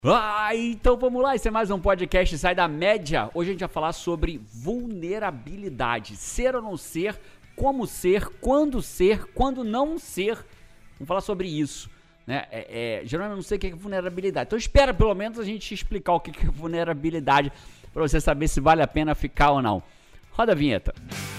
Então vamos lá, esse é mais um podcast Sai da Média. Hoje a gente vai falar sobre vulnerabilidade. Ser ou não ser, como ser, quando não ser. Vamos falar sobre isso, né? Geralmente eu não sei o que é vulnerabilidade. Então espera pelo menos a gente explicar o que é vulnerabilidade para você saber se vale a pena ficar ou não. Roda a vinheta.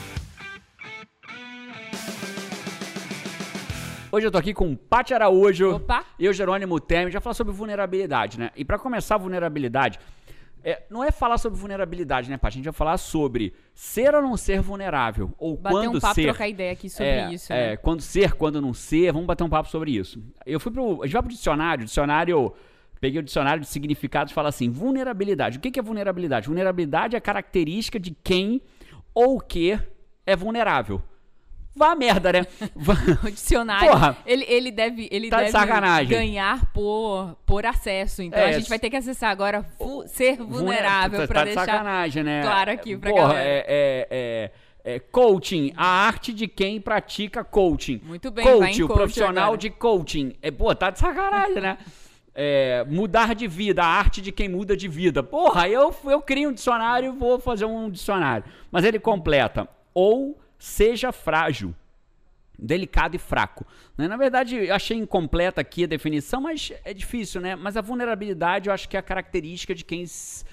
Hoje eu tô aqui com Paty Araújo. Opa. E o Jerônimo Temer. Já falar sobre vulnerabilidade, né? E pra começar a vulnerabilidade, não é falar sobre vulnerabilidade, né, Paty? A gente vai falar sobre ser ou não ser vulnerável. Ou bater quando um papo, ser. trocar ideia aqui sobre isso, né? Quando ser, quando não ser. Vamos bater um papo sobre isso. A gente vai pro dicionário. Peguei o dicionário de significados e fala assim, vulnerabilidade. O que é vulnerabilidade? Vulnerabilidade é a característica de quem ou que é vulnerável. Vá merda, né? O dicionário, Porra, ele deve de sacanagem. ganhar por acesso. Então a gente vai ter que acessar agora ser vulnerável pra deixar de sacanagem, né? claro aqui pra galera. Coaching, a arte de quem pratica coaching. Muito bem, vai em Coach, o coach profissional agora. de coaching. Tá de sacanagem, né? Mudar de vida, a arte de quem muda de vida. Porra, eu crio um dicionário e vou fazer um dicionário. Mas ele completa. Ou seja frágil, delicado e fraco. Na verdade, eu achei incompleta aqui a definição, mas é difícil, né? Mas a vulnerabilidade eu acho que é a característica de quem se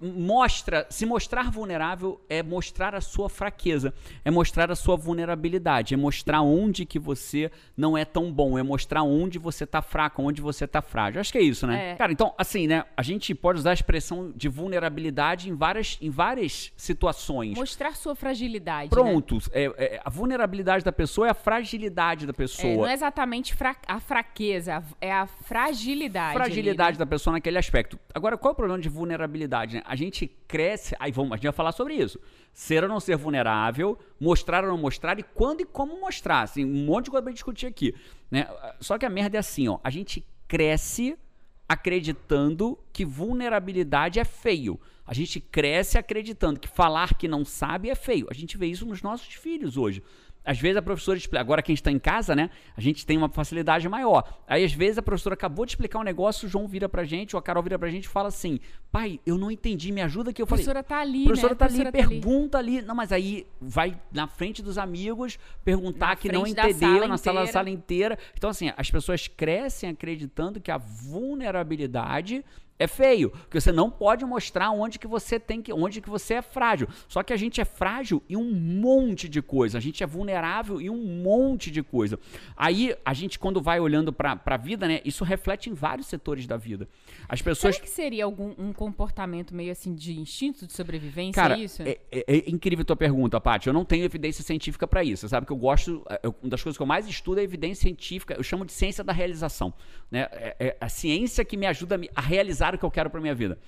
mostrar vulnerável é mostrar a sua fraqueza, é mostrar a sua vulnerabilidade, é mostrar onde que você não é tão bom, é mostrar onde você tá fraco, onde você tá frágil. Acho que é isso, né? Cara, então, assim, né? A gente pode usar a expressão de vulnerabilidade em várias situações. Mostrar sua fragilidade, Pronto. né? A vulnerabilidade da pessoa é a fragilidade da pessoa. Não é exatamente a fraqueza, é a fragilidade. Fragilidade ali, né? da pessoa naquele aspecto. Agora, qual é o problema de vulnerabilidade, né? A gente cresce, a gente vai falar sobre isso. Ser ou não ser vulnerável, mostrar ou não mostrar e quando e como mostrar. Assim, um monte de coisa pra discutir aqui, né? Só que a merda é assim, ó. A gente cresce acreditando que vulnerabilidade é feio. A gente cresce acreditando que falar que não sabe é feio. A gente vê isso nos nossos filhos hoje. Às vezes a professora explica, agora quem está em casa, né, a gente tem uma facilidade maior. Aí às vezes a professora acabou de explicar um negócio, o João vira pra gente, ou a Carol vira pra gente e fala assim, pai, eu não entendi, me ajuda aqui. Eu falei, a professora tá ali, a professora né? tá ali, pergunta ali. Não, mas aí vai na frente dos amigos perguntar que não entendeu, na sala inteira. Então assim, as pessoas crescem acreditando que a vulnerabilidade é feio, porque você não pode mostrar onde que você é frágil. Só que a gente é frágil em um monte de coisa, a gente é vulnerável em um monte de coisa. Aí a gente quando vai olhando pra vida, né, isso reflete em vários setores da vida. As pessoas... Será que seria um comportamento meio assim de instinto de sobrevivência? Cara, isso? é incrível a tua pergunta, Paty. Eu não tenho evidência científica pra isso. Você sabe que eu gosto, uma das coisas que eu mais estudo é evidência científica, eu chamo de ciência da realização, né? A ciência que me ajuda a realizar o que eu quero pra minha vida.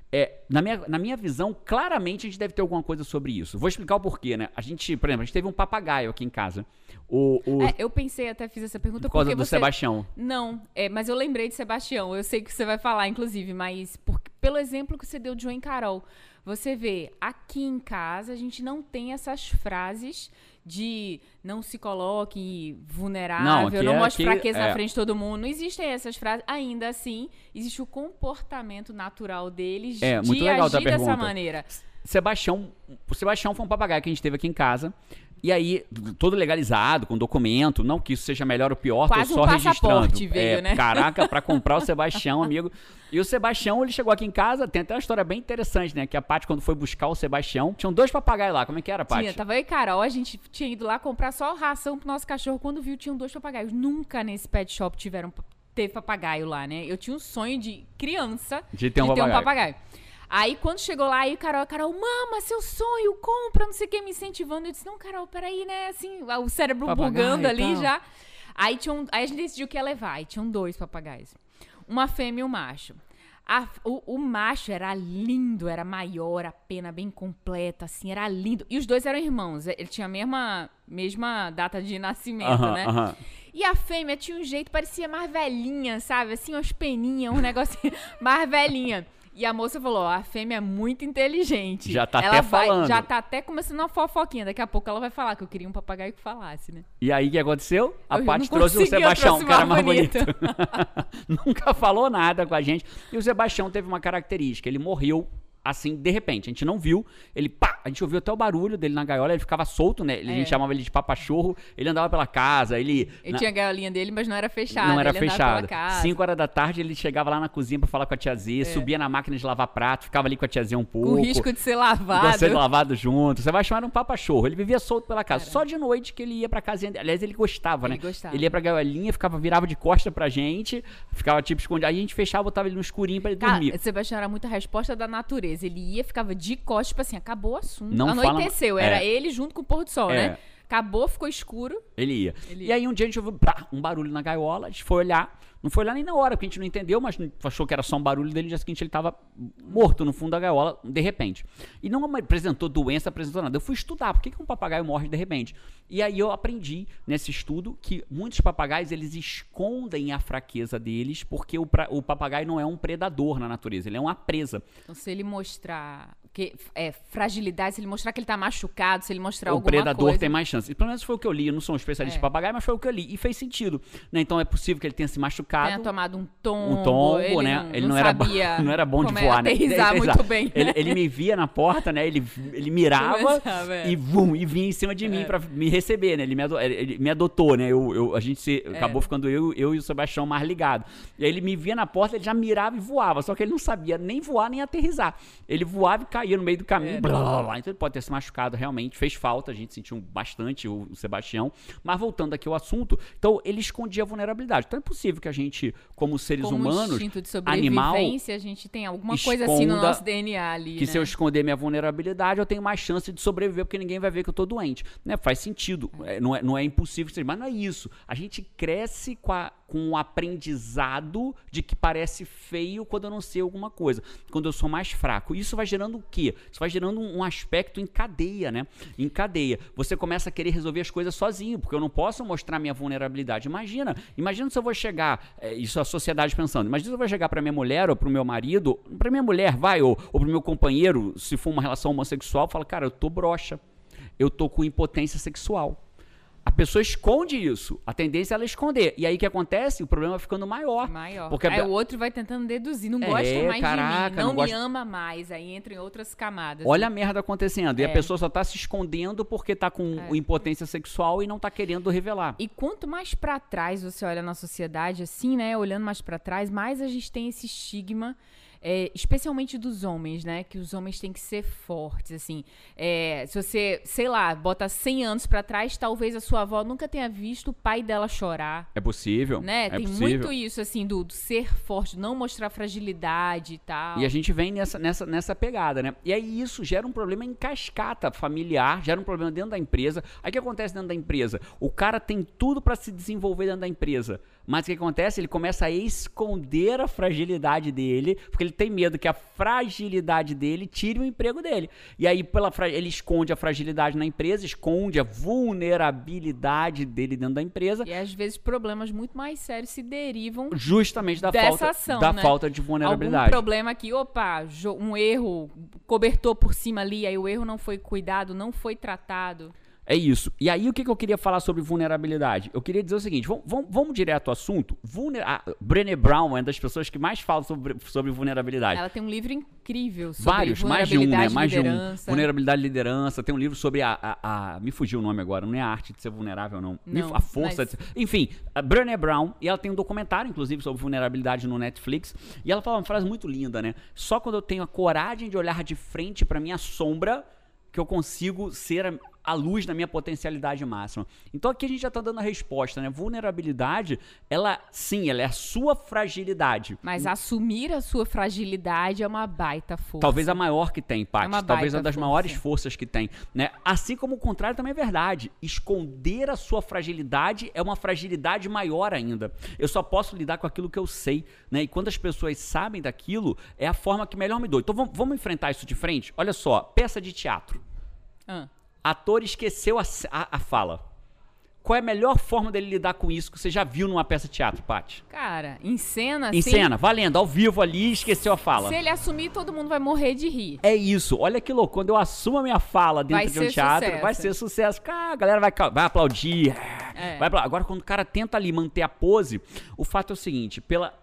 Na minha visão, claramente a gente deve ter alguma coisa sobre isso. Vou explicar o porquê, né? Por exemplo, a gente teve um papagaio aqui em casa. Eu pensei, até fiz essa pergunta por causa do Sebastião. Não, mas eu lembrei de Sebastião. Eu sei que você vai falar, inclusive, mas pelo exemplo que você deu de João e Carol, você vê, aqui em casa a gente não tem essas frases de não se coloque vulnerável, não mostre fraqueza na frente de todo mundo. Não existem essas frases. Ainda assim, existe o comportamento natural deles de agir dessa maneira. O Sebastião foi um papagaio que a gente teve aqui em casa. E aí, todo legalizado, com documento, não que isso seja melhor ou pior, quase tô só registrando. Veio, né? Caraca, pra comprar o Sebastião, amigo. E o Sebastião, ele chegou aqui em casa, tem até uma história bem interessante, né? Que a Paty, quando foi buscar o Sebastião, tinham 2 papagaios lá. Como é que era, Paty? Tava eu e Carol, a gente tinha ido lá comprar só ração pro nosso cachorro. Quando viu, tinham 2 papagaios. Nunca nesse pet shop teve papagaio lá, né? Eu tinha um sonho de criança de ter um papagaio. Aí, quando chegou lá, aí Carol, mama, seu sonho, compra, não sei o que, me incentivando. Eu disse, não, Carol, peraí, né? Assim, o cérebro bugando ali já. Aí a gente decidiu que ia levar. Aí tinham 2 papagaios. Uma fêmea e um macho. O macho era lindo, era maior, a pena bem completa, assim, era lindo. E os 2 eram irmãos. Ele tinha a mesma data de nascimento, né? E a fêmea tinha um jeito, parecia mais velhinha, sabe? Assim, umas peninhas, um negocinho mais velhinha. E a moça falou, a fêmea é muito inteligente. Já tá até falando. Já tá até começando uma fofoquinha. Daqui a pouco ela vai falar que eu queria um papagaio que falasse, né? E aí, o que aconteceu? A Paty trouxe o Sebastião, que era mais bonito. Nunca falou nada com a gente. E o Sebastião teve uma característica. Ele morreu assim, de repente. A gente não viu. Ele, pá! A gente ouviu até o barulho dele na gaiola. Ele ficava solto, né? A gente chamava ele de papachorro. Ele andava pela casa. Ele tinha a gaiolinha dele, mas não era fechada. Não era fechada. 5 horas da tarde, ele chegava lá na cozinha pra falar com a tia Z. Subia na máquina de lavar prato. Ficava ali com a tia Z um pouco. Com risco de ser lavado. De ser lavado junto. O Sebastião era um papachorro. Ele vivia solto pela casa. Só de noite que ele ia pra casinha dele. Aliás, ele gostava, né? Ele ia pra gaiolinha, virava de costa pra gente. Ficava tipo escondido. Aí a gente fechava, botava ele no escurinho pra ele dormir. O Sebastião era muita resposta da natureza. Ele ia, ficava de costas, tipo assim, acabou o assunto. Não anoiteceu, era ele junto com o pôr do sol, né? Acabou, ficou escuro. Ele ia. E aí um dia a gente ouviu um barulho na gaiola, a gente foi olhar. Não foi lá nem na hora, porque a gente não entendeu, mas achou que era só um barulho dele. No dia seguinte ele estava morto no fundo da gaiola, de repente. E não apresentou doença, apresentou nada. Eu fui estudar, por que um papagaio morre de repente? E aí eu aprendi nesse estudo que muitos papagaios, eles escondem a fraqueza deles, porque o papagaio não é um predador na natureza, ele é uma presa. Então se ele mostrar fragilidade, se ele mostrar que ele tá machucado, se ele mostrar alguma coisa... O predador tem mais chance. E pelo menos foi o que eu li, eu não sou um especialista em papagaio, mas foi o que eu li. E fez sentido, né? Então é possível que ele tenha se machucado. Tenha tomado um tombo, né? Ele não sabia não era bom de voar, né? Aterrissar muito bem. Ele me via na porta, né? Ele mirava e vinha em cima de mim pra me receber, né? Ele me adotou, né? A gente acabou ficando eu e o Sebastião mais ligados. E aí ele me via na porta, ele já mirava e voava, só que ele não sabia nem voar nem aterrissar. Ele voava e caía no meio do caminho, blá, blá, blá. Então ele pode ter se machucado realmente, fez falta, a gente sentiu bastante o Sebastião. Mas voltando aqui ao assunto, então ele escondia a vulnerabilidade. Então é possível que a gente, como seres humanos, instinto de sobrevivência, a gente tem alguma coisa assim no nosso DNA ali, que se eu esconder minha vulnerabilidade, eu tenho mais chance de sobreviver, porque ninguém vai ver que eu tô doente, né? Faz sentido, não é impossível, mas não é isso. A gente cresce com o aprendizado de que parece feio quando eu não sei alguma coisa, quando eu sou mais fraco. Isso vai gerando o quê? Isso vai gerando um aspecto em cadeia, né? Em cadeia. Você começa a querer resolver as coisas sozinho, porque eu não posso mostrar minha vulnerabilidade. Imagina se eu vou chegar, isso a sociedade pensando, imagina se eu vou chegar pra minha mulher ou pro meu marido, pra minha mulher, ou pro meu companheiro, se for uma relação homossexual, fala, cara, eu tô broxa, eu tô com impotência sexual. A pessoa esconde isso. A tendência é ela esconder. E aí o que acontece? O problema vai ficando maior. Porque aí o outro vai tentando deduzir. Não gosta mais de mim. Não me ama mais. Aí entra em outras camadas. Olha a merda acontecendo. E a pessoa só tá se escondendo porque tá com impotência sexual e não tá querendo revelar. E quanto mais pra trás você olha na sociedade, assim, né? Olhando mais pra trás, mais a gente tem esse estigma... especialmente dos homens, né? Que os homens têm que ser fortes, assim. Se você, sei lá, bota 100 anos pra trás, talvez a sua avó nunca tenha visto o pai dela chorar. É possível. Né? Tem possível. Muito isso, assim, do ser forte, não mostrar fragilidade e tal. E a gente vem nessa pegada, né? E aí isso gera um problema em cascata familiar, gera um problema dentro da empresa. Aí o que acontece dentro da empresa? O cara tem tudo pra se desenvolver dentro da empresa. Mas o que acontece? Ele começa a esconder a fragilidade dele, porque ele tem medo que a fragilidade dele tire o emprego dele. E aí ele esconde a fragilidade na empresa, esconde a vulnerabilidade dele dentro da empresa. E às vezes problemas muito mais sérios se derivam justamente ação, falta de vulnerabilidade. Algum problema que, um erro, cobertor por cima ali, aí o erro não foi cuidado, não foi tratado. É isso. E aí, o que eu queria falar sobre vulnerabilidade? Eu queria dizer o seguinte, vamos direto ao assunto. A Brené Brown é uma das pessoas que mais fala sobre vulnerabilidade. Ela tem um livro incrível sobre vários, mais de um, né? Mais de um. Vulnerabilidade e liderança. Tem um livro sobre me fugiu o nome agora, não é a arte de ser vulnerável, não. A força de ser... Enfim, a Brené Brown, e ela tem um documentário, inclusive, sobre vulnerabilidade no Netflix, e ela fala uma frase muito linda, né? Só quando eu tenho a coragem de olhar de frente pra minha sombra que eu consigo ser a luz da minha potencialidade máxima. Então aqui a gente já está dando a resposta, né? Vulnerabilidade, ela é a sua fragilidade. Mas assumir a sua fragilidade é uma baita força. Talvez a maior que tem, Paty. Talvez uma das maiores forças que tem, né? Assim como o contrário também é verdade. Esconder a sua fragilidade é uma fragilidade maior ainda. Eu só posso lidar com aquilo que eu sei, né? E quando as pessoas sabem daquilo, é a forma que melhor me dou. Então vamos enfrentar isso de frente? Olha só, peça de teatro. Ator esqueceu a fala. Qual é a melhor forma dele lidar com isso que você já viu numa peça de teatro, Paty? Cara, em cena, Em cena, valendo, ao vivo ali, esqueceu a fala. Se ele assumir, todo mundo vai morrer de rir. É isso, olha que louco, quando eu assumo a minha fala dentro de um teatro, vai ser sucesso. Cara, a galera vai aplaudir, Agora, quando o cara tenta ali manter a pose, o fato é o seguinte,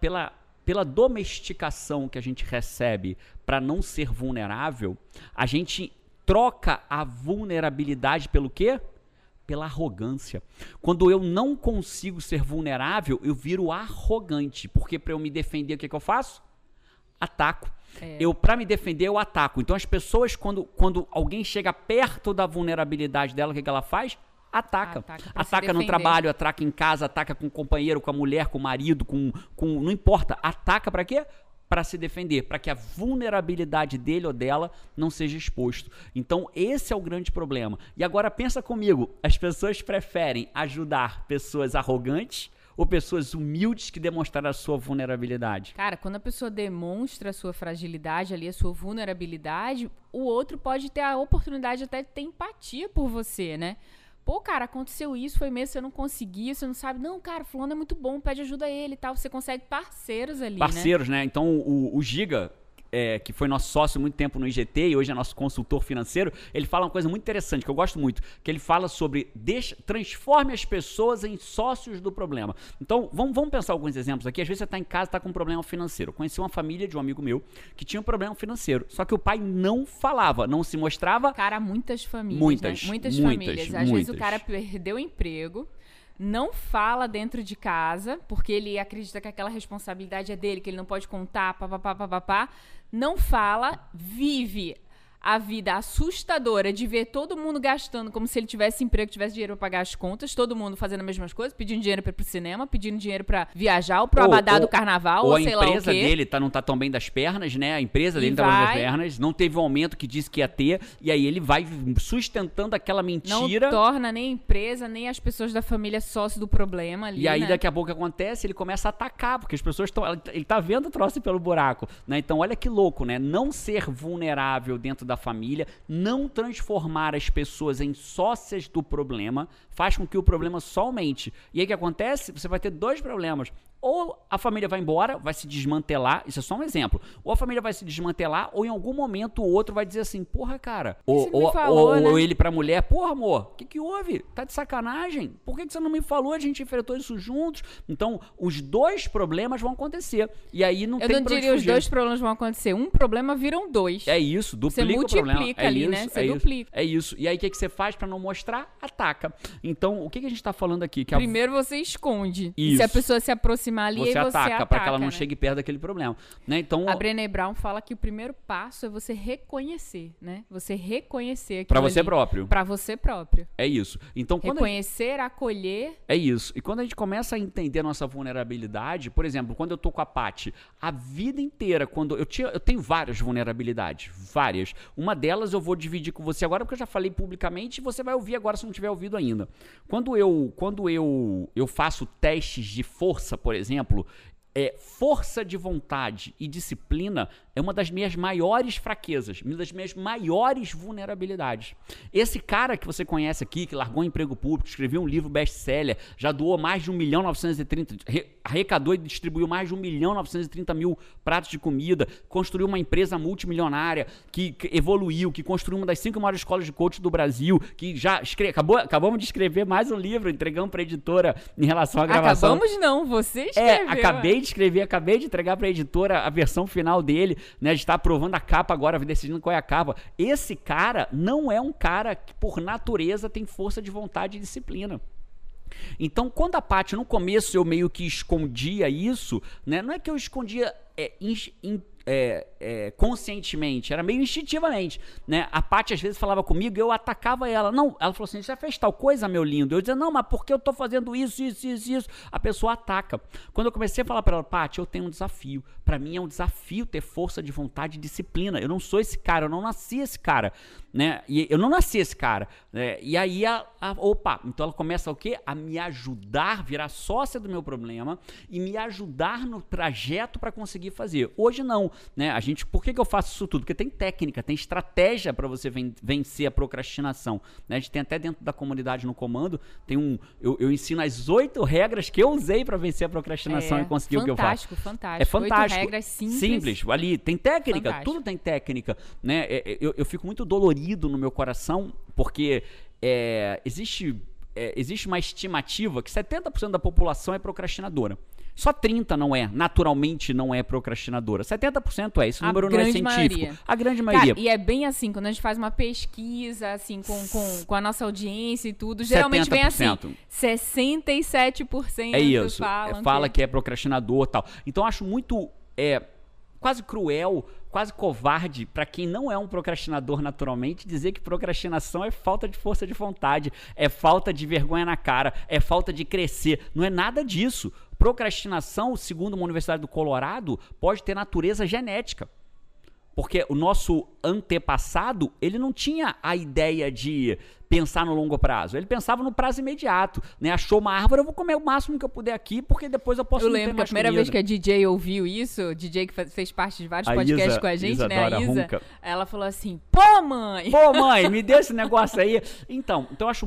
pela domesticação que a gente recebe para não ser vulnerável, a gente troca a vulnerabilidade pelo quê? Pela arrogância. Quando eu não consigo ser vulnerável, eu viro arrogante. Porque para eu me defender, o que eu faço? Ataco. Para me defender, eu ataco. Então as pessoas, quando alguém chega perto da vulnerabilidade dela, o que ela faz? Ataca. Ataca no trabalho, ataca em casa, ataca com o companheiro, com a mulher, com o marido, não importa. Ataca para quê? Para se defender, para que a vulnerabilidade dele ou dela não seja exposto. Então, esse é o grande problema. E agora pensa comigo, as pessoas preferem ajudar pessoas arrogantes ou pessoas humildes que demonstraram a sua vulnerabilidade? Cara, quando a pessoa demonstra a sua fragilidade ali, a sua vulnerabilidade, o outro pode ter a oportunidade até de ter empatia por você, né? Pô, cara, aconteceu isso, foi mesmo, você não conseguiu, você não sabe. Não, cara, fulano é muito bom, pede ajuda a ele e tal. Você consegue parceiros ali, Parceiros, né? Então, o Giga, que foi nosso sócio há muito tempo no IGT e hoje é nosso consultor financeiro, ele fala uma coisa muito interessante, que eu gosto muito, que ele fala sobre transforme as pessoas em sócios do problema. Então, vamos pensar alguns exemplos aqui. Às vezes você está em casa e está com um problema financeiro. Eu conheci uma família de um amigo meu que tinha um problema financeiro, só que o pai não falava, não se mostrava. Cara, muitas famílias, né? Muitas famílias. Às vezes o cara perdeu o emprego, não fala dentro de casa, porque ele acredita que aquela responsabilidade é dele, que ele não pode contar, papapá. Não fala, vive a vida assustadora de ver todo mundo gastando como se ele tivesse emprego, tivesse dinheiro pra pagar as contas, todo mundo fazendo as mesmas coisas, pedindo dinheiro pra ir pro cinema, pedindo dinheiro pra viajar, ou pro abadá do carnaval, ou sei lá o quê. Ou a empresa dele não tá tão bem das pernas, né? A empresa dele não tá bem das pernas, não teve o aumento que disse que ia ter, e aí ele vai sustentando aquela mentira. Não torna nem a empresa, nem as pessoas da família sócio do problema ali, e aí, daqui a pouco, o que acontece? Ele começa a atacar, porque as pessoas estão... Ele tá vendo o troço pelo buraco, né? Então, olha que louco, né? Não ser vulnerável dentro da família, não transformar as pessoas em sócias do problema, faz com que o problema só aumente. E aí o que acontece? Você vai ter dois problemas. Ou a família vai embora, vai se desmantelar, isso é só um exemplo. Ou a família vai se desmantelar, ou em algum momento o outro vai dizer assim, porra, cara. Ou ele pra mulher, porra, amor, o que houve? Tá de sacanagem? Por que você não me falou? A gente enfrentou isso juntos. Então, os dois problemas vão acontecer. E aí não tem pra onde fugir. Eu não diria os dois problemas vão acontecer. Um problema viram dois. É isso, duplica o problema. Você multiplica ali, né? Você duplica. É isso. E aí o que você faz pra não mostrar? Ataca. Então, o que a gente tá falando aqui? Primeiro você esconde. Isso. E se a pessoa se aproximar ali, você ataca para que ela não chegue perto daquele problema, né? Então, a Brené Brown fala que o primeiro passo é você reconhecer, né? Você reconhecer para você próprio. Para você próprio. É isso. Então, reconhecer, acolher. É isso. E quando a gente começa a entender a nossa vulnerabilidade, por exemplo, quando eu tô com a Paty, a vida inteira, eu tenho várias vulnerabilidades, várias. Uma delas eu vou dividir com você agora porque eu já falei publicamente e você vai ouvir agora se não tiver ouvido ainda. Quando eu faço testes de força, por exemplo, força de vontade e disciplina é uma das minhas maiores fraquezas, uma das minhas maiores vulnerabilidades. Esse cara que você conhece aqui, que largou um emprego público, escreveu um livro best-seller, já doou mais de 1.930.000, arrecadou e distribuiu mais de 1.930.000 pratos de comida, construiu uma empresa multimilionária, que evoluiu, que construiu uma das 5 maiores escolas de coaching do Brasil, que já acabamos de escrever mais um livro, entregamos para a editora em relação à gravação. Acabamos não, você escreveu. Acabei de entregar para a editora a versão final dele, né? A gente está aprovando a capa agora, decidindo qual é a capa. Esse cara não é um cara que, por natureza, tem força de vontade e disciplina. Então, quando a Paty, no começo, eu meio que escondia isso, né? Não é que eu escondia conscientemente, era meio instintivamente, né? A Paty às vezes falava comigo e eu atacava ela. Não, ela falou assim, você já fez tal coisa, meu lindo? Eu dizia, não, mas por que eu tô fazendo isso? A pessoa ataca. Quando eu comecei a falar para ela, Paty, eu tenho um desafio. Para mim é um desafio ter força de vontade e disciplina. Eu não sou esse cara, eu não nasci esse cara, né? E eu não nasci esse cara, né? E aí, então ela começa o quê? A me ajudar, virar sócia do meu problema e me ajudar no trajeto para conseguir conseguir fazer. Hoje não, né? Por que eu faço isso tudo? Porque tem técnica, tem estratégia para você vencer a procrastinação, né? A gente tem até dentro da comunidade no comando, eu ensino as 8 regras que eu usei para vencer a procrastinação e conseguir o que eu faço. Fantástico. É fantástico. 8 regras simples. Ali tem técnica, Fantástico. tudo tem técnica, né? Eu fico muito dolorido no meu coração, porque existe uma estimativa que 70% da população é procrastinadora. Só 30% naturalmente não é procrastinadora. 70% esse número não é científico. Maioria. A grande maioria. Cara, e é bem assim, quando a gente faz uma pesquisa, assim, com a nossa audiência e tudo, geralmente 70%. Vem assim, 67% é isso, fala que é procrastinador e tal. Então, eu acho muito, quase cruel, quase covarde para quem não é um procrastinador naturalmente dizer que procrastinação é falta de força de vontade, é falta de vergonha na cara, é falta de crescer. Não é nada disso. Procrastinação, segundo uma universidade do Colorado, pode ter natureza genética. Porque o nosso antepassado, ele não tinha a ideia de pensar no longo prazo. Ele pensava no prazo imediato, né? Achou uma árvore, eu vou comer o máximo que eu puder aqui, porque depois eu posso Eu lembro que a primeira vez que a DJ ouviu isso, DJ que fez parte de vários podcasts com a gente, né? A Isa, ela falou assim, pô, mãe, me dê esse negócio aí. Então eu acho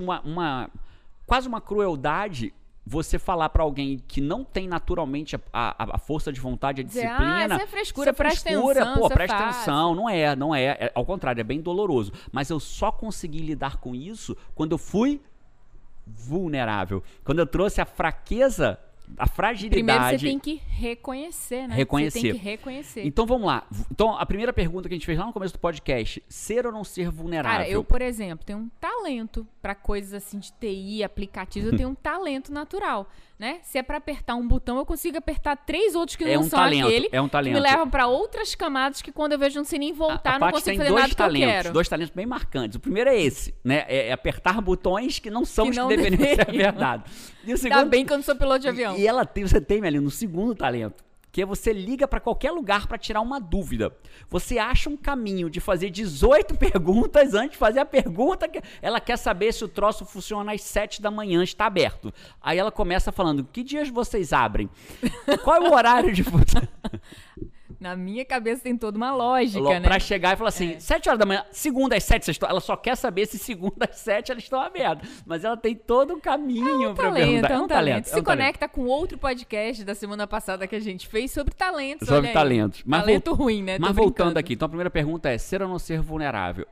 quase uma crueldade você falar pra alguém que não tem naturalmente a força de vontade, a disciplina... isso é frescura, presta atenção. Pô, presta atenção, não é. Ao contrário, é bem doloroso. Mas eu só consegui lidar com isso quando eu fui vulnerável. Quando eu trouxe a fraqueza, a fragilidade... Primeiro você tem que reconhecer, né? Você tem que reconhecer. Então vamos lá. Então a primeira pergunta que a gente fez lá no começo do podcast, ser ou não ser vulnerável? Cara, eu, por exemplo, tenho um talento pra coisas assim de TI, aplicativos, eu tenho um talento natural, né? Se é pra apertar um botão, eu consigo apertar 3 outros que não são aquele, é um talento. Que me levam pra outras camadas que quando eu vejo não sei nem voltar, não consigo fazer nada que eu quero. 2 talentos bem marcantes. O primeiro é esse, né? É apertar botões que não são os que deveriam ser verdade. E o segundo, ainda bem que eu não sou piloto de avião. E você tem ali no segundo talento, que é você liga pra qualquer lugar pra tirar uma dúvida. Você acha um caminho de fazer 18 perguntas antes de fazer a pergunta que ela quer saber se o troço funciona às 7 da manhã, está aberto. Aí ela começa falando, que dias vocês abrem? Qual é o horário de funcionamento? Na minha cabeça tem toda uma lógica, né? Pra chegar e falar assim, 7 horas da manhã, segunda às 7, ela só quer saber se segunda às 7 elas estão abertas. Mas ela tem todo um caminho pra perguntar. É um talento. Se conecta com outro podcast da semana passada que a gente fez sobre talentos. Sobre talentos. Mas talento ruim, né? Mas voltando aqui, então a primeira pergunta é, ser ou não ser vulnerável?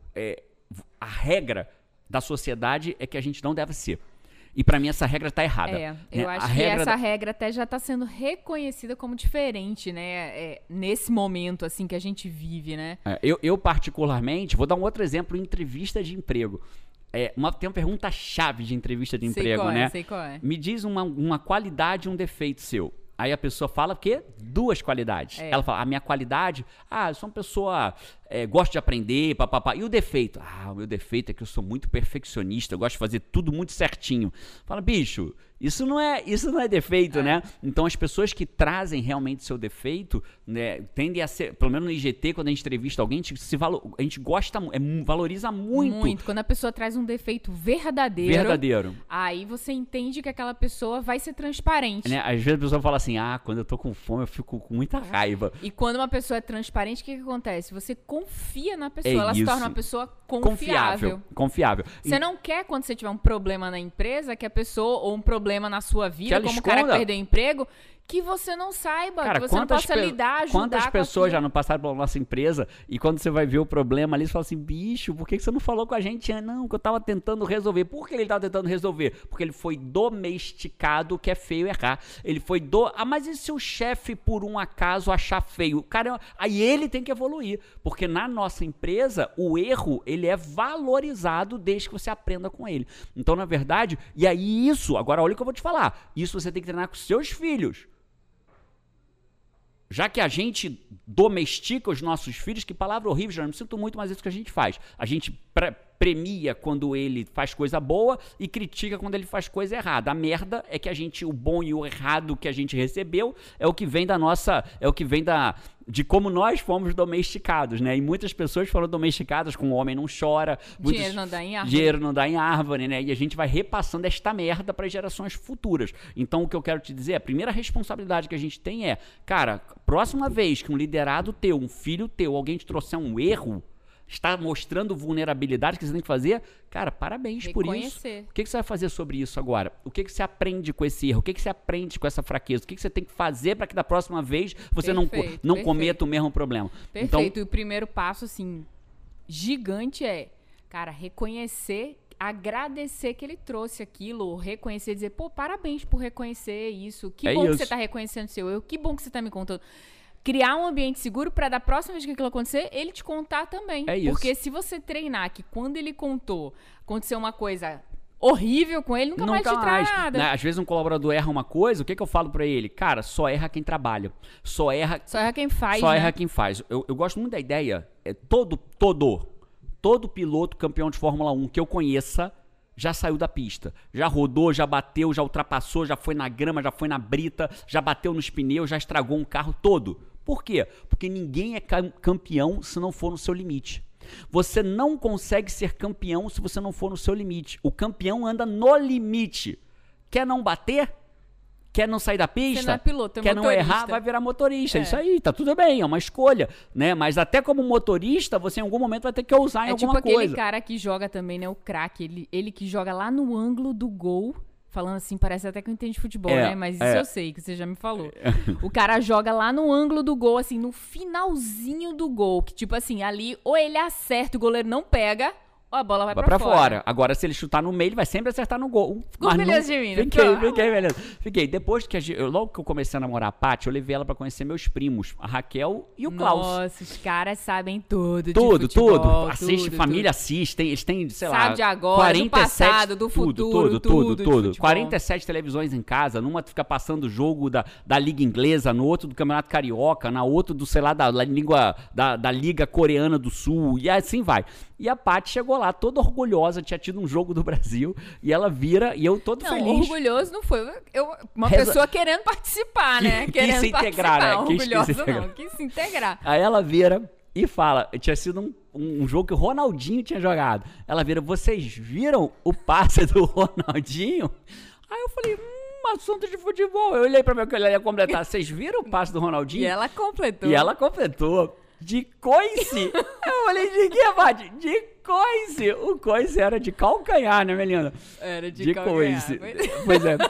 A regra da sociedade é que a gente não deve ser. E pra mim essa regra tá errada. Eu acho que essa regra até já tá sendo reconhecida como diferente, né? Nesse momento, assim, que a gente vive, né? Eu particularmente, vou dar um outro exemplo em entrevista de emprego. Tem uma pergunta-chave de entrevista de emprego, né? Sei qual é. Me diz uma qualidade e um defeito seu. Aí a pessoa fala o quê? 2 qualidades. Ela fala, a minha qualidade, eu sou uma pessoa, gosto de aprender, papapá. E o defeito? O meu defeito é que eu sou muito perfeccionista, eu gosto de fazer tudo muito certinho. Fala, bicho, isso não é defeito, né? Então as pessoas que trazem realmente seu defeito, né, tendem a ser, pelo menos no IGT, quando a gente entrevista alguém, a gente gosta, valoriza muito. Muito. Quando a pessoa traz um defeito verdadeiro. Aí você entende que aquela pessoa vai ser transparente. Né? Às vezes a pessoa fala assim, quando eu tô com fome eu fico com muita raiva. E quando uma pessoa é transparente, o que acontece? Você confia na pessoa, ela se torna uma pessoa confiável. Você não quer, quando você tiver um problema na empresa, que a pessoa, ou um problema na sua vida, como o cara que perdeu o emprego, que você não saiba, cara, que você não possa lidar, ajudar. Quantas pessoas já não passaram pela nossa empresa e quando você vai ver o problema ali, você fala assim, bicho, por que você não falou com a gente? Não, que eu tava tentando resolver. Por que ele tava tentando resolver? Porque ele foi domesticado, que é feio errar. Ele foi mas e se o chefe, por um acaso, achar feio? Cara, aí ele tem que evoluir. Porque na nossa empresa, o erro, ele é valorizado desde que você aprenda com ele. Então, na verdade, e aí agora olha o que eu vou te falar. Isso você tem que treinar com seus filhos. Já que a gente domestica os nossos filhos, que palavra horrível, já não me sinto muito, mas é isso que a gente faz. A gente premia quando ele faz coisa boa e critica quando ele faz coisa errada. A merda é que o bom e o errado que a gente recebeu é o que vem de como nós fomos domesticados, né? E muitas pessoas foram domesticadas com o homem não chora. Dinheiro não dá em árvore. Dinheiro não dá em árvore, né? E a gente vai repassando esta merda para as gerações futuras. Então, o que eu quero te dizer, a primeira responsabilidade que a gente tem é, cara, próxima vez que um liderado teu, um filho teu, alguém te trouxer um erro, está mostrando vulnerabilidade que você tem que fazer, cara, parabéns por isso. O que você vai fazer sobre isso agora? O que você aprende com esse erro? O que você aprende com essa fraqueza? O que você tem que fazer para que da próxima vez você não cometa o mesmo problema? Perfeito. Então, e o primeiro passo, assim, gigante é, cara, reconhecer, agradecer que ele trouxe aquilo, reconhecer, dizer, pô, parabéns por reconhecer isso. Que bom que você está reconhecendo o seu erro. Que bom que você está me contando. Criar um ambiente seguro para da próxima vez que aquilo acontecer, ele te contar também. É isso. Porque se você treinar que quando ele contou, aconteceu uma coisa horrível com ele, nunca mais te traz nada. Né? Às vezes um colaborador erra uma coisa, o que eu falo para ele? Cara, só erra quem trabalha. Só erra quem faz, Só erra quem faz. Eu gosto muito da ideia, todo piloto campeão de Fórmula 1 que eu conheça já saiu da pista, já rodou, já bateu, já ultrapassou, já foi na grama, já foi na brita, já bateu nos pneus, já estragou um carro todo. Por quê? Porque ninguém é campeão se não for no seu limite. Você não consegue ser campeão se você não for no seu limite. O campeão anda no limite. Quer não bater? Quer não sair da pista? Você não é piloto, quer motorista. Não errar, vai virar motorista. Isso aí, tá tudo bem, é uma escolha, né? Mas até como motorista, você em algum momento vai ter que ousar em alguma coisa. É tipo aquele cara que joga também, né? O craque. Ele que joga lá no ângulo do gol. Falando assim, parece até que eu entendo de futebol, né? Mas isso eu sei, que você já me falou. O cara joga lá no ângulo do gol, assim, no finalzinho do gol. Que tipo assim, ali, ou ele acerta, o goleiro não pega, ou a bola vai pra fora. Agora, se ele chutar no meio, ele vai sempre acertar no gol. Ficou beleza de mim, né? Fiquei, beleza. Depois que logo que eu comecei a namorar a Paty, eu levei ela pra conhecer meus primos, a Raquel e o Klaus. Nossa, os caras sabem tudo de futebol. Assiste, família assiste, eles têm, sei lá... Sabe de agora, 47, do passado, do futuro, tudo. 47 televisões em casa, numa fica passando o jogo da Liga Inglesa, no outro do Campeonato Carioca, na outra do, sei lá, da Liga Coreana do Sul, e assim vai. E a Paty chegou lá toda orgulhosa, tinha tido um jogo do Brasil, e ela vira, e eu todo feliz. Não, orgulhoso não foi. Pessoa querendo participar, né? Quis se integrar, né? Orgulhosa não, quis se integrar. Aí ela vira e fala, tinha sido um jogo que o Ronaldinho tinha jogado. Ela vira, vocês viram o passe do Ronaldinho? Aí eu falei, assunto de futebol. Eu olhei pra mim que ela ia completar. Vocês viram o passe do Ronaldinho? E ela completou. De coice. Eu falei, de que, Paty? De coice. O coice era de calcanhar, né, Melina? Era de calcanhar. Coice. Pois é.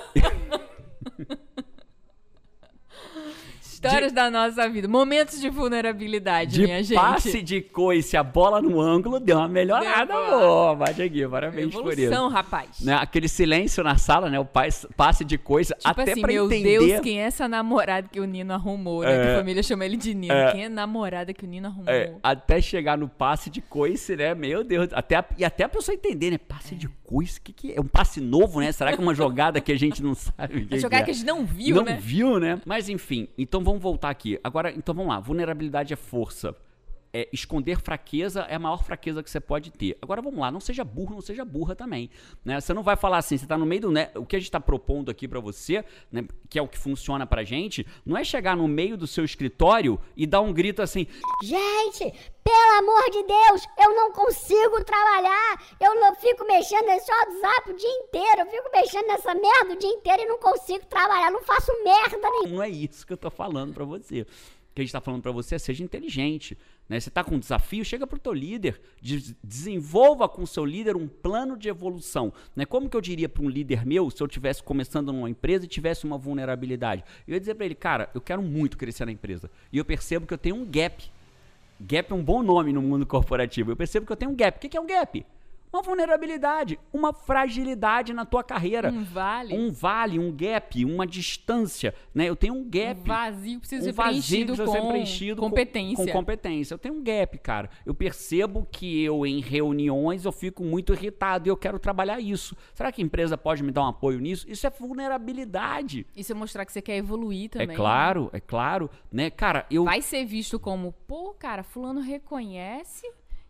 Histórias da nossa vida. Momentos de vulnerabilidade, minha gente. Passe de coice, a bola no ângulo, deu uma melhorada boa. Bate aqui, parabéns por isso. Evolução, rapaz. Né? Aquele silêncio na sala, né? O passe de coice, tipo até assim, pra meu entender... Deus, quem é essa namorada que o Nino arrumou, né? Que a família chama ele de Nino. Quem é a namorada que o Nino arrumou? Até chegar no passe de coice, né? Meu Deus. Até a pessoa entender, né? Passe de coice, o que é? Um passe novo, né? Será que é uma jogada que a gente não sabe? Uma jogada que a gente não viu, né? Não viu, né? Mas enfim, então vamos voltar aqui. Agora, então vamos lá. Vulnerabilidade é força. Esconder fraqueza é a maior fraqueza que você pode ter. Agora vamos lá, não seja burro, não seja burra também, né? Você não vai falar assim, você tá no meio do... Né, o que a gente tá propondo aqui pra você, né, que é o que funciona pra gente, não é chegar no meio do seu escritório e dar um grito assim... Gente, pelo amor de Deus, eu não consigo trabalhar, eu não fico mexendo nesse WhatsApp o dia inteiro, eu fico mexendo nessa merda o dia inteiro e não consigo trabalhar, não faço merda nenhuma. Não é isso que eu tô falando pra você. O que a gente tá falando pra você é seja inteligente, né? Você tá com um desafio, chega pro teu líder, desenvolva com o seu líder um plano de evolução, né? Como que eu diria para um líder meu, se eu estivesse começando numa empresa e tivesse uma vulnerabilidade? Eu ia dizer pra ele, cara, eu quero muito crescer na empresa e eu percebo que eu tenho um gap. Gap é um bom nome no mundo corporativo. Eu percebo que eu tenho um gap. O que é um gap? Uma vulnerabilidade, uma fragilidade na tua carreira. Um vale, um gap, uma distância, né? Eu tenho um gap. Um vazio que precisa ser preenchido com competência. Com competência. Eu tenho um gap, cara. Eu percebo que em reuniões, eu fico muito irritado e eu quero trabalhar isso. Será que a empresa pode me dar um apoio nisso? Isso é vulnerabilidade. Isso é mostrar que você quer evoluir também. É claro, né? Cara, vai ser visto como, pô, cara, fulano reconhece...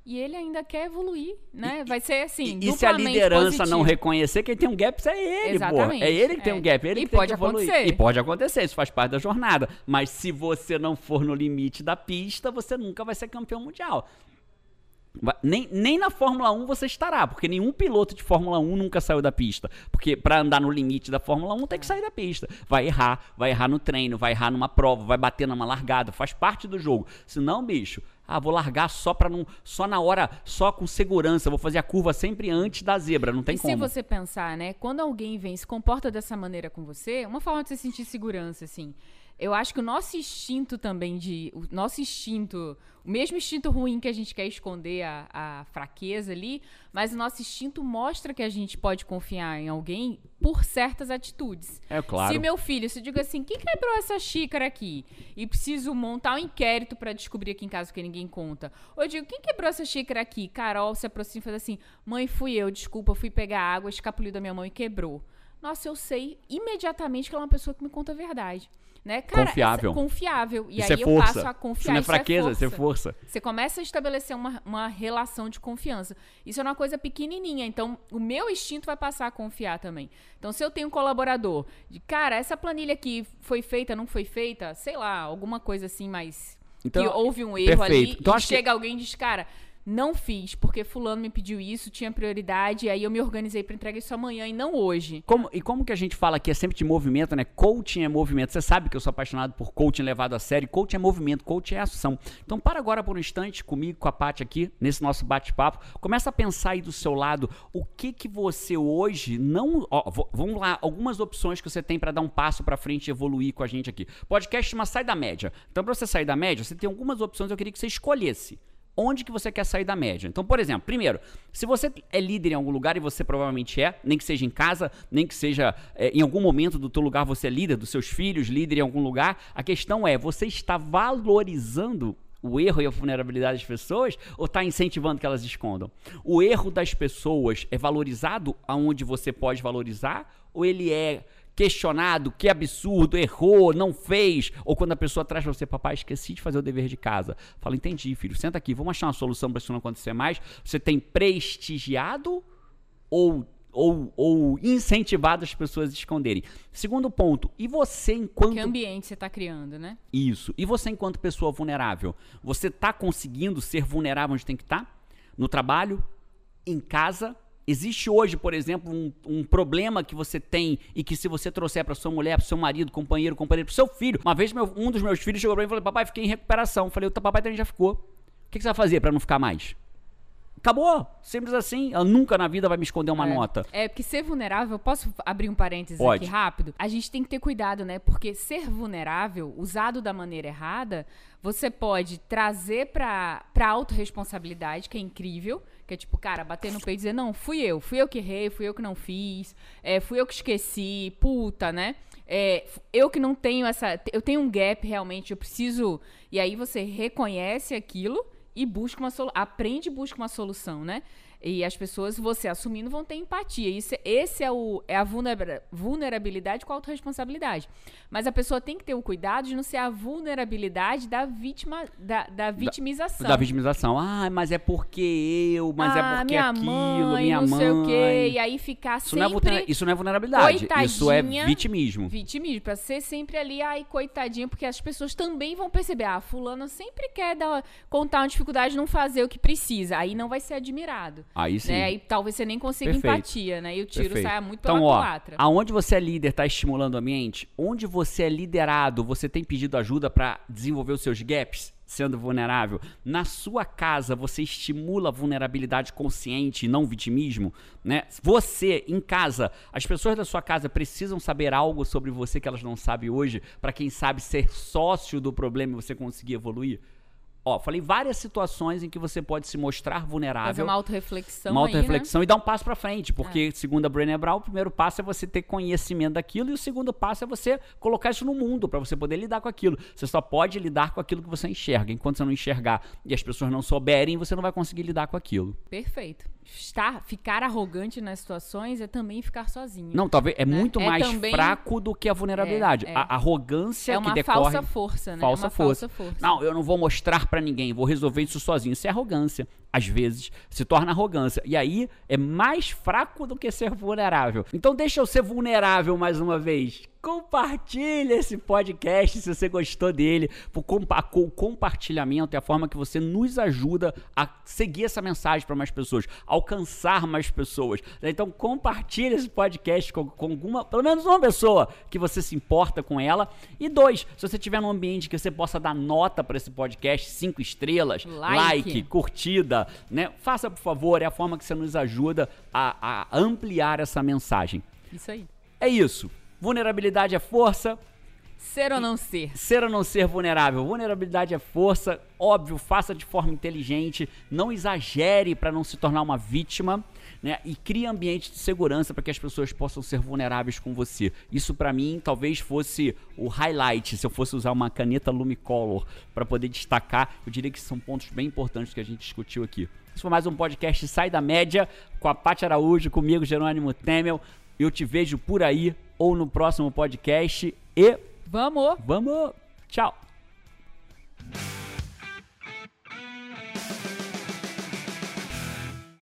e ele ainda quer evoluir, né? Vai ser assim, e se a liderança positivo. não reconhecer quem tem um gap, é ele, Exatamente. pô. É ele que tem um gap, ele que tem que evoluir. E pode acontecer, isso faz parte da jornada. Mas se você não for no limite da pista, você nunca vai ser campeão mundial. Nem na Fórmula 1 você estará, porque nenhum piloto de Fórmula 1 nunca saiu da pista. Porque pra andar no limite da Fórmula 1 tem que sair da pista. Vai errar no treino, vai errar numa prova, vai bater numa largada, faz parte do jogo. Senão, bicho, vou largar só na hora, só com segurança, vou fazer a curva sempre antes da zebra, não tem como. E se você pensar, né, quando alguém vem e se comporta dessa maneira com você, uma forma de você sentir segurança, assim, eu acho que o nosso instinto também o mesmo instinto ruim que a gente quer esconder a fraqueza ali, mas o nosso instinto mostra que a gente pode confiar em alguém por certas atitudes. É claro. Se meu filho, se eu digo assim, quem quebrou essa xícara aqui? E preciso montar um inquérito pra descobrir aqui em casa porque ninguém conta. Ou eu digo, quem quebrou essa xícara aqui? Carol se aproxima e faz assim, mãe, fui eu, desculpa, fui pegar água, escapuliu da minha mão e quebrou. Nossa, eu sei imediatamente que ela é uma pessoa que me conta a verdade. Né? Cara, confiável. E isso aí é força. Eu passo a confiar. Isso não é fraqueza, isso é força. Você começa a estabelecer uma relação de confiança. Isso é uma coisa pequenininha. Então, o meu instinto vai passar a confiar também. Então, se eu tenho um colaborador, cara, essa planilha aqui foi feita, não foi feita, sei lá, alguma coisa assim, mas então, que houve um erro ali, então, e chega alguém e diz, cara, não fiz, porque fulano me pediu isso, tinha prioridade, e aí eu me organizei para entregar isso amanhã e não hoje. Como que a gente fala que é sempre de movimento, né? Coaching é movimento. Você sabe que eu sou apaixonado por coaching levado a sério. Coaching é movimento, coaching é ação. Então para agora por um instante comigo, com a Paty aqui, nesse nosso bate-papo. Começa a pensar aí do seu lado, o que você hoje não... vamos lá, algumas opções que você tem para dar um passo para frente e evoluir com a gente aqui. Podcast chama Sai da Média. Então para você sair da média, você tem algumas opções, eu queria que você escolhesse. Onde que você quer sair da média? Então, por exemplo, primeiro, se você é líder em algum lugar, e você provavelmente nem que seja em casa, nem que seja em algum momento do teu lugar você é líder, dos seus filhos, líder em algum lugar, a questão é, você está valorizando o erro e a vulnerabilidade das pessoas ou está incentivando que elas escondam? O erro das pessoas é valorizado aonde você pode valorizar ou ele é questionado, que absurdo, errou, não fez, ou quando a pessoa traz pra você, papai, esqueci de fazer o dever de casa. Fala, entendi, filho, senta aqui, vamos achar uma solução para isso não acontecer mais. Você tem prestigiado ou incentivado as pessoas a esconderem? Segundo ponto, e você enquanto... Que ambiente você está criando, né? Isso. E você enquanto pessoa vulnerável? Você está conseguindo ser vulnerável onde tem que estar? No trabalho? Em casa? Existe hoje, por exemplo, um problema que você tem e que se você trouxer para sua mulher, para seu marido, companheiro, para seu filho. Uma vez um dos meus filhos chegou para mim e falou, papai, fiquei em recuperação. Eu falei, o papai também já ficou. O que você vai fazer para não ficar mais? Acabou, simples assim. Ela nunca na vida vai me esconder uma nota. Porque ser vulnerável, posso abrir um parênteses Pode. aqui rápido? A gente tem que ter cuidado, né? Porque ser vulnerável, usado da maneira errada, você pode trazer pra autorresponsabilidade, que é incrível, que é tipo, cara, bater no peito e dizer, não, fui eu que errei, fui eu que não fiz, fui eu que esqueci, puta, né? Eu que não tenho eu tenho um gap realmente, eu preciso... E aí você reconhece aquilo e aprende e busca uma solução, né? E as pessoas, você assumindo, vão ter empatia. Esse é a vulnerabilidade com a autorresponsabilidade. Mas a pessoa tem que ter o cuidado de não ser a vulnerabilidade da vitimização. Da vitimização. Mas é porque mas é porque minha aquilo, mãe, minha não mãe. sei o quê. E aí ficar sempre... Isso não é vulnerabilidade. Isso é vitimismo. Vitimismo. Pra ser sempre ali, coitadinha, porque as pessoas também vão perceber, fulana sempre quer contar uma dificuldade, não fazer o que precisa. Aí não vai ser admirado. Aí sim. Né? Aí talvez você nem consiga empatia, né? E o tiro saia muito pela então, culatra. Aonde você é líder, está estimulando o ambiente, onde você é liderado, você tem pedido ajuda para desenvolver os seus gaps, sendo vulnerável. Na sua casa, você estimula a vulnerabilidade consciente e não vitimismo, né? Você, em casa, as pessoas da sua casa precisam saber algo sobre você que elas não sabem hoje, para quem sabe ser sócio do problema e você conseguir evoluir? Falei várias situações em que você pode se mostrar vulnerável. Fazer uma autorreflexão. Né? E dar um passo pra frente. Porque, segundo a Brené Brown, o primeiro passo é você ter conhecimento daquilo e o segundo passo é você colocar isso no mundo pra você poder lidar com aquilo. Você só pode lidar com aquilo que você enxerga. Enquanto você não enxergar e as pessoas não souberem, você não vai conseguir lidar com aquilo. Perfeito. ficar arrogante nas situações é também ficar sozinho. Não, talvez é muito mais também, fraco do que a vulnerabilidade. A arrogância que decorre... É uma falsa força, né? Falsa força. Não, eu não vou mostrar pra ninguém, vou resolver isso sozinho. Isso é arrogância. Às vezes, se torna arrogância. E aí, é mais fraco do que ser vulnerável. Então, deixa eu ser vulnerável mais uma vez. Compartilha esse podcast se você gostou dele. O compartilhamento é a forma que você nos ajuda a seguir essa mensagem para mais pessoas, alcançar mais pessoas. Então, compartilha esse podcast com pelo menos uma pessoa que você se importa com ela. E 2, se você estiver num ambiente que você possa dar nota para esse podcast, 5 estrelas, like, curtida, né? Faça, por favor, é a forma que você nos ajuda a ampliar essa mensagem. Isso aí. É isso. Vulnerabilidade é força. Ser ou não ser. Ser ou não ser vulnerável. Vulnerabilidade é força. Óbvio, faça de forma inteligente. Não exagere para não se tornar uma vítima, né? E crie ambiente de segurança para que as pessoas possam ser vulneráveis com você. Isso para mim talvez fosse o highlight, se eu fosse usar uma caneta Lumicolor para poder destacar. Eu diria que são pontos bem importantes que a gente discutiu aqui. Esse foi mais um podcast Sai da Média com a Paty Araújo, comigo, Jerônimo Temel. Eu te vejo por aí ou no próximo podcast e... Vamos! Tchau!